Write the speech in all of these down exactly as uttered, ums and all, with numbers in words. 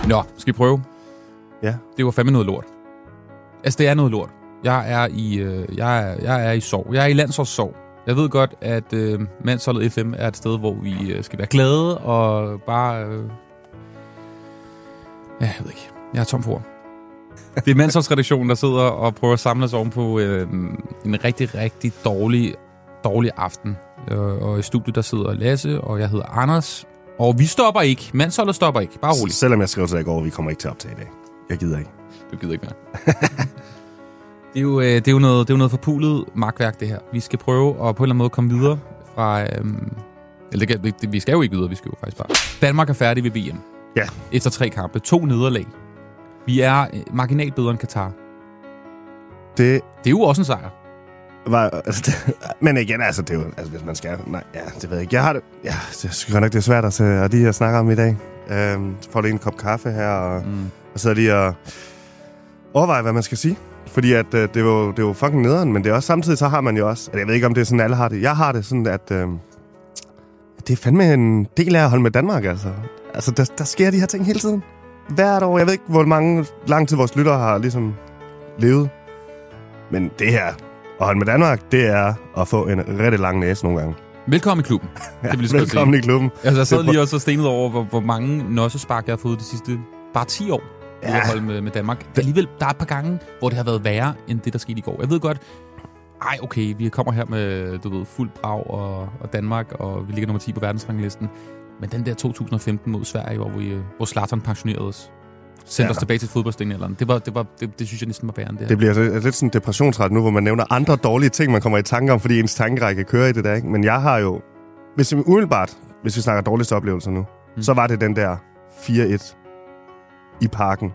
Nå, skal vi prøve? Ja. Det var fandme noget lort. Altså, det er noget lort. Jeg er i, øh, jeg er, jeg er i sorg. Jeg er i landsholdssorg. Jeg ved godt, at øh, Mandsholdet F M er et sted, hvor vi øh, skal være glade og bare... Øh... Ja, jeg ved ikke. Jeg er tom for ord. Det er Mandsholdsredaktionen, der sidder og prøver at samle os oven på øh, en rigtig, rigtig dårlig, dårlig aften. Øh, og i studiet, der sidder Lasse, og jeg hedder Anders. Og vi stopper ikke. Mandsholdet stopper ikke. Bare roligt. Selvom jeg skrev til dig i går, vi kommer ikke til at optage i dag. Jeg gider ikke. Du gider ikke mere. det, er jo, øh, det, er jo noget, det er jo noget forpulet magtværk, det her. Vi skal prøve at på en eller anden måde komme videre fra... Øh, eller det, det, vi skal jo ikke videre, vi skal jo faktisk bare... Danmark er færdig ved V M. Ja. Efter tre kampe. To nederlag. Vi er marginalt bedre end Katar. Det, det er jo også en sejr. Var, altså, det, men igen, altså, det er jo, altså, hvis man skal... Nej, ja, det ved jeg ikke. Jeg har det... Ja, det synes nok, det er svært at, at lige at snakke om i dag. Øhm, får lige en kop kaffe her, og, mm. og så lige at overveje, hvad man skal sige. Fordi at, øh, det, var, det er jo fucking nederen, men det er også samtidig, så har man jo også... Jeg ved ikke, om det er sådan, alle har det. Jeg har det sådan, at... Øh, det er fandme en del af at holde med Danmark, altså. Altså, der, der sker de her ting hele tiden. Hvert år. Jeg ved ikke, hvor mange lang tid vores lyttere har ligesom levet. Men det her... At holde med Danmark, det er at få en rigtig lang næse nogle gange. Velkommen i klubben. Ja, det velkommen i klubben. Altså, jeg sad lige også og stenet over, hvor, hvor mange nossespark jeg har fået de sidste bare ti år. Ja. At holde med, med Danmark. Der, alligevel, der er et par gange, hvor det har været værre, end det, der skete i går. Jeg ved godt, ej okay, vi kommer her med, du ved, fuld brag og, og Danmark, og vi ligger nummer ti på verdensranglisten. Men den der to tusind og femten mod Sverige, hvor, vi, hvor Zlatan pensionerede os, sendte ja. os tilbage til fodboldstillingen eller andet. Det, var, det, var, det, det synes jeg næsten var værre end det her. Det bliver lidt, lidt sådan depressionsret nu, hvor man nævner andre dårlige ting, man kommer i tanke om, fordi ens tankerække kører i det der, ikke? Men jeg har jo... Hvis vi umiddelbart, hvis vi snakker dårligste oplevelser nu, mm. så var det den der fire et i Parken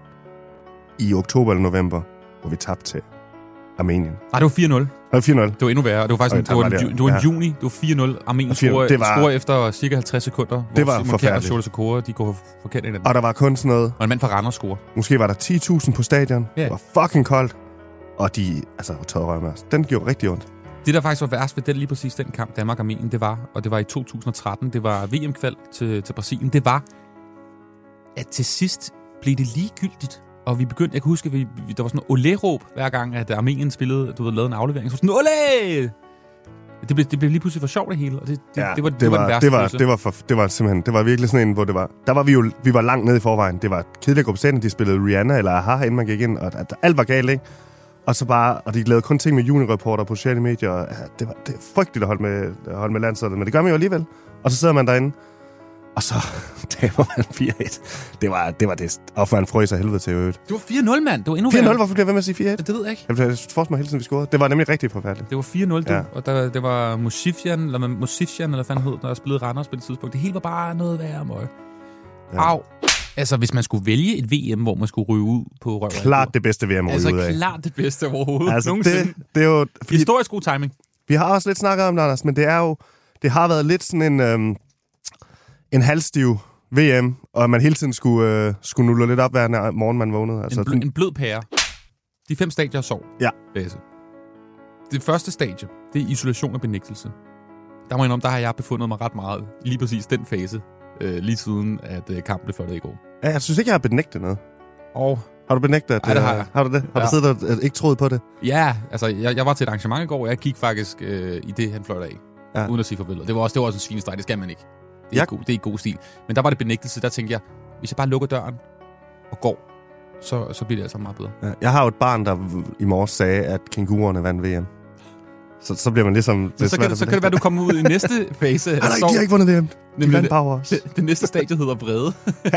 i oktober eller november, hvor vi tabte til Armenien. Nej, det var fire nul. Det var fire nul. Det var endnu værre. Det var faktisk en, det var en, det var en ja. juni. Det var fire nul. Armenien scorede var... efter cirka halvtreds sekunder. Det var forfærdeligt. Og Score, de går forkert ind. Og der var kun sådan noget... Og en mand fra Randers scorer. Måske var der ti tusind på stadion. Ja. Det var fucking koldt. Og de... Altså, tøjet røg med os. Den gjorde rigtig ondt. Det, der faktisk var værst ved den, lige præcis den kamp, Danmark-Armenien, det var, og det var i to tusind og tretten, det var V M-kval til, til Brasilien, det var, at til sidst blev det ligegyldigt. Og vi begyndte, jeg kan huske, at vi, der var sådan en olé-råb, hver gang, at Armenien spillede, du ved, lavede en aflevering. Så sådan, olé! Det blev, det blev lige pludselig for sjovt, det hele. Og det, det, ja, det, var, det, det var, var den værste det var, det var, for, det var simpelthen, det var virkelig sådan en, hvor det var, der var vi jo, vi var langt nede i forvejen. Det var kedeligt at gå på scenen, de spillede Rihanna eller Aha, inden man gik ind, og at alt var galt, ikke? Og så bare, og de lavede kun ting med juniorreporter på sociale medier, og ja, det var det er frygteligt at holde med, at holde med landsholdet, men det gør man jo alligevel. Og så sidder man derinde, og så taber man fire et. Det var det, var det. Og for en frøs af helvede til øvrigt. Det var fire nul, mand. Det var endnu fire nul, hvorfor bliver jeg ved med at sige fire et? Det ved jeg ikke. Jeg forstår mig hele tiden, vi scorede. Det var nemlig rigtig forfærdeligt. Det var fire nul, ja. Og der, det var Musifjan, eller Musifjan, eller hvad fanden hed, der spillede Randers på det tidspunkt. Det hele var bare noget værre, møg. Ja. Au. Altså, hvis man skulle vælge et V M, hvor man skulle ryge ud på røv. Klart det bedste V M altså, ud af. Altså, klart det bedste overhovedet. Altså, det, det er jo... Fordi, historisk god timing. Vi har også lidt snakket om det, Anders, men det er jo... Det har været lidt sådan en... Øhm, en halvstiv V M, og man hele tiden skulle, øh, skulle nulle lidt op, hver morgen man vågnede. Altså, en, bl- en blød pære. De fem stadier sov. Ja. Base. Det første stadie, det er isolation og benægtelse. Der må jeg om, der har jeg befundet mig ret meget i lige præcis den fase, øh, lige siden at øh, kampen blev ført i går. Ja, jeg synes ikke, jeg har benægtet noget. Og... Har du benægtet, at... Ej, det har jeg. Har du det? Har ja. du siddet og ikke troet på det? Ja, altså, jeg, jeg var til et arrangement i går, og jeg gik faktisk øh, i det, han fløjte af. Ja. Uden at sige farvel. Det var også, det var også en svinestreg, det skal man ikke. Det er, ja. god, det er ikke god stil. Men der var det benægtelse, der tænkte jeg, hvis jeg bare lukker døren og går, så, så bliver det altså meget bedre. Ja. Jeg har jo et barn, der i morges sagde, at kænguruerne vandt V M. Så, så bliver man ligesom... Så, så, kan, så kan det være, at du kommer ud i næste fase. Nej, nej, de har ikke vundet V M. De vandt bare os. Det, det næste stadie hedder vrede.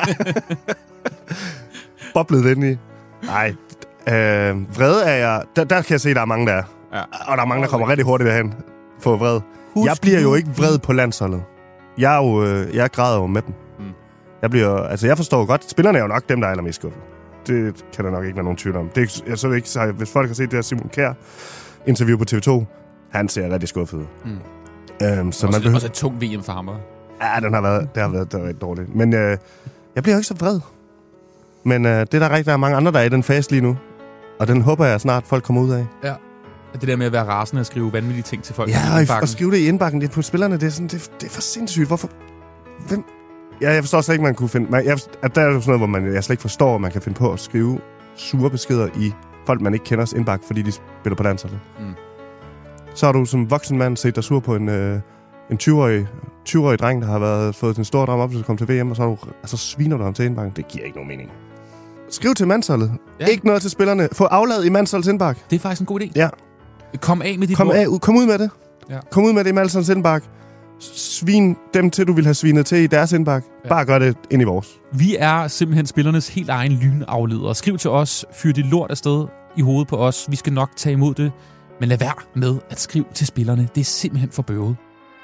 Boblet den i. Nej. Øh, vrede er jeg... Der, der kan jeg se, at der er mange, der er. Ja. Og der er mange, der kommer rigtig hurtigt derhen på vrede. Husk jeg bliver jo ikke vred på landsholdet. Jeg er jo... Øh, jeg græder jo med dem. Mm. Jeg bliver... Altså, jeg forstår godt. Spillerne er jo nok dem, der er allermest skuffet. Det kan der nok ikke være nogen tvivl om. Det, jeg så ikke, så, hvis folk har set det her Simon Kjær interview på T V to, han ser rigtig skuffet ud. Mm. Øhm, så også, man behøver... også et tungt V M for ham. Ja, den har været, det har været, det har været dårligt. Men øh, jeg bliver jo ikke så vred. Men øh, det er der rigtig der er mange andre, der er i den fase lige nu. Og den håber jeg snart, folk kommer ud af. Ja. Det der med at være rasende og skrive vanvittige ting til folk. Ja, og, og skrive det i indbakken det på spillerne, det er, sådan, det, det er for sindssygt. Hvorfor? Hvem? Ja, jeg forstår slet ikke, man kunne finde... Man, jeg, at der er jo sådan noget, hvor man, jeg slet ikke forstår, at man kan finde på at skrive sure beskeder i folk, man ikke kenders indbakke, fordi de spiller på landsholdet. Mm. Så har du som voksen mand set dig sur på en, øh, en tyve-årig, tyve-årig dreng, der har været, fået sin store drøm op, til at komme til V M, og så, du, altså, sviner du ham til indbakken. Det giver ikke nogen mening. Skriv til mandsholdet. Ja. Ikke noget til spillerne. Få afladet i mandsholdets indbakke. Det er faktisk en god idé. Ja. Kom af med dit kom, af, kom ud med det. Ja. Kom ud med det i mandsholdets indbakke. Svin dem til, du vil have svinet til i deres indbakke. Ja. Bare gør det ind i vores. Vi er simpelthen spillernes helt egen lynafleder. Skriv til os. Fyr dit lort afsted i hovedet på os. Vi skal nok tage imod det. Men lad være med at skrive til spillerne. Det er simpelthen for bøvet.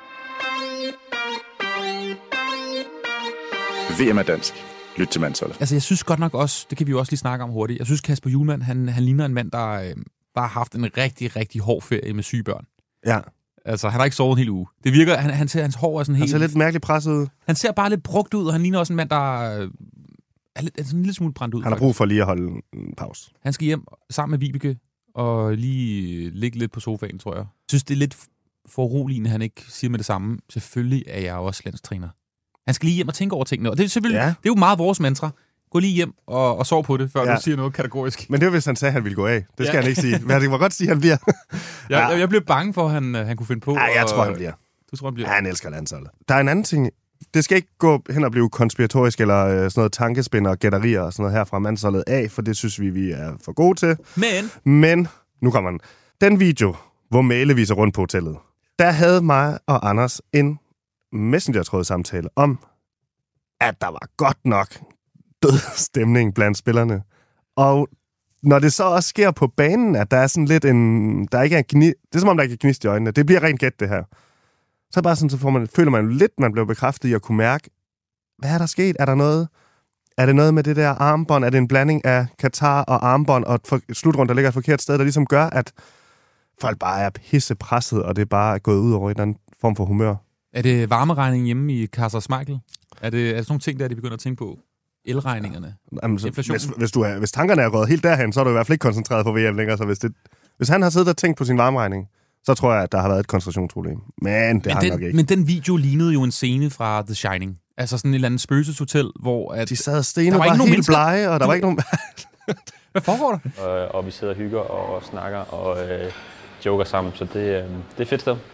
V M er dansk. Lyt til mandsholdet. Altså, jeg synes godt nok også, det kan vi jo også lige snakke om hurtigt. Jeg synes, Kasper Hjulmand, han, han ligner en mand, der øh, bare har haft en rigtig, rigtig hård ferie med syge børn. Ja. Altså, han har ikke sovet en hel uge. Det virker, han, han ser, hans hår er sådan helt... Han ser lidt mærkeligt presset ud. Han ser bare lidt brugt ud, og han ligner også en mand, der øh, er, lidt, er sådan en lille smule brændt ud. Han har brug for lige at holde en pause. Han skal hjem sammen med Vibeke og lige ligge lidt på sofaen, tror jeg. Jeg synes, det er lidt foruroligende, at han ikke siger med det samme. Selvfølgelig er jeg også landstræner. Han skal lige hjem og tænke over tingene. Og det er, selvfølgelig, ja. det er jo meget vores mantra. Gå lige hjem og, og sov på det, før ja. du siger noget kategorisk. Men det var, hvis han sagde, at han ville gå af. Det skal ja. han ikke sige. Men det må godt sige, at han bliver. ja. jeg, jeg blev bange for, at han, han kunne finde på. Ja, jeg og, tror, han bliver. Du tror, han bliver? Ja, han elsker landsholdet. Der er en anden ting. Det skal ikke gå hen og blive konspiratorisk, eller øh, sådan noget tankespinder og gætterier og sådan noget her fra mandsholdet af, for det synes vi, vi er for gode til. Men? Men, nu kommer den. Den video, hvor Mæle viser rundt på hotellet, der havde mig og Anders en messenger-tråd samtale om, at der var godt nok død stemning blandt spillerne. Og når det så også sker på banen, at der er sådan lidt en... Der ikke er en gni, det er som om, der ikke er gnist i øjnene. Det bliver rent gæt, det her. Så er bare sådan, så får man, føler man lidt, man bliver bekræftet i at kunne mærke, hvad er der sket? Er der noget? Er det noget med det der armbånd? Er det en blanding af Katar og armbånd og et slutrund, der ligger et forkert sted, der ligesom gør, at folk bare er pissepresset, og det er bare gået ud over en eller anden form for humør? Er det varmeregningen hjemme i Casa Smeichel? Er det, er det sådan nogle ting, der de begynder at tænke på? Elregningerne? Jamen, så, hvis, hvis, du er, hvis tankerne er gået helt derhen, så er du i hvert fald ikke koncentreret på V M længere. Så hvis, det, hvis han har siddet og tænkt på sin varmeregning, så tror jeg, at der har været et koncentrationsproblem. Men det men har den, nok ikke. Men den video lignede jo en scene fra The Shining. Altså sådan et eller andet spøgelseshotel, hvor... At de sad og stenede, var, var helt mennesker. blege, og der du... var ikke nogen... Hvad foregår der? Og, og vi sidder og hygger og, og snakker og øh, joker sammen, så det, øh, det er fedt sted.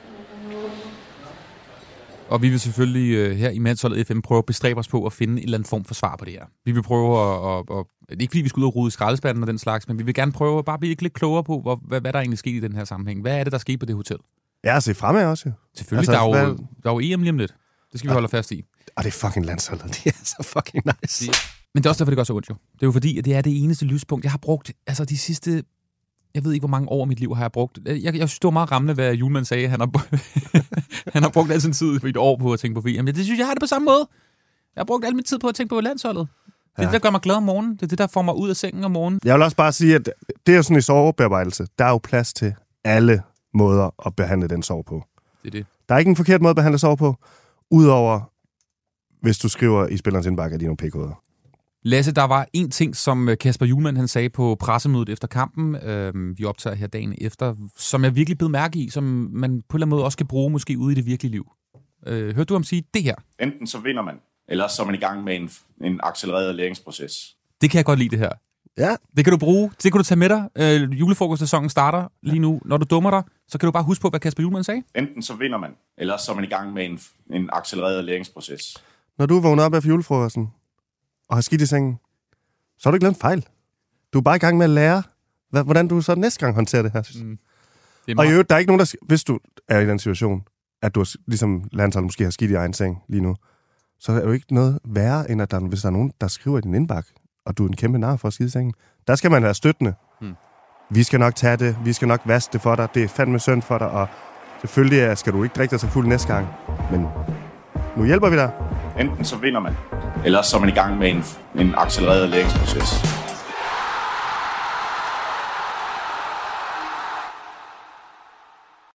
Og vi vil selvfølgelig øh, her i Mandsholdet F M prøve at bestræbe os på at finde en eller anden form for svar på det her. Vi vil prøve at... at, at det er ikke fordi, vi skal ud og rode i skraldespanden og den slags, men vi vil gerne prøve at bare blive lidt klogere på, hvor, hvad, hvad der egentlig skete i den her sammenhæng. Hvad er det, der skete på det hotel? Ja, se fremad også. Selvfølgelig, altså, der, er jo, der er jo E M lige om lidt. Det skal vi holde fast i. Og det er fucking landsholdet. Det er så fucking nice. Det, men det er også derfor, det gør så ondt jo. Det er jo fordi, at det er det eneste lyspunkt, jeg har brugt. Altså de sidste... Jeg ved ikke, hvor mange år af mit liv har jeg brugt. Jeg, jeg synes, det var meget rammende, hvad Hjulmand sagde. Han har, han har brugt al sin tid for et år på at tænke på V M. Men det synes jeg har det på samme måde. Jeg har brugt al min tid på at tænke på landsholdet. Det er ja. det, der gør mig glad om morgenen. Det er det, der får mig ud af sengen om morgenen. Jeg vil også bare sige, at det er sådan en sovebearbejdelse. Der er jo plads til alle måder at behandle den sov på. Det er det. Der er ikke en forkert måde at behandle sov på, udover hvis du skriver i spillerens indbakke, at de er nogle p-koder. Lasse, der var en ting, som Kasper Hjulmand han sagde på pressemødet efter kampen, øh, vi optager her dagen efter, som jeg virkelig blev mærke i, som man på en eller anden måde også kan bruge måske ude i det virkelige liv. Øh, hørte du ham sige det her? Enten så vinder man, eller så er man i gang med en, en accelereret læringsproces. Det kan jeg godt lide, det her. Ja. Det kan du bruge, det kan du tage med dig. Øh, julefrokostsæsonen starter lige nu. Når du dummer dig, så kan du bare huske på, hvad Kasper Hjulmand sagde. Enten så vinder man, eller så er man i gang med en, en accelereret læringsproces. Når du vågner op efter julefrokosten og har skidt i sengen, så har du ikke lavet en fejl. Du er bare i gang med at lære, hvordan du så næste gang håndterer det her. Mm. Det og i øvrigt, der er ikke nogen, der... Hvis du er i den situation, at du ligesom landsholdet måske har skidt i egen seng lige nu, så er det jo ikke noget værre, end at der, hvis der er nogen, der skriver i din indbakke, og du er en kæmpe nar for at skide i sengen. Der skal man være støttende. Mm. Vi skal nok tage det, vi skal nok vaske det for dig, det er fandme synd for dig, og selvfølgelig skal du ikke drikke dig så fuld næste gang, men nu hjælper vi dig. Enten så vinder man, eller så er man i gang med en, en accelereret læringsproces.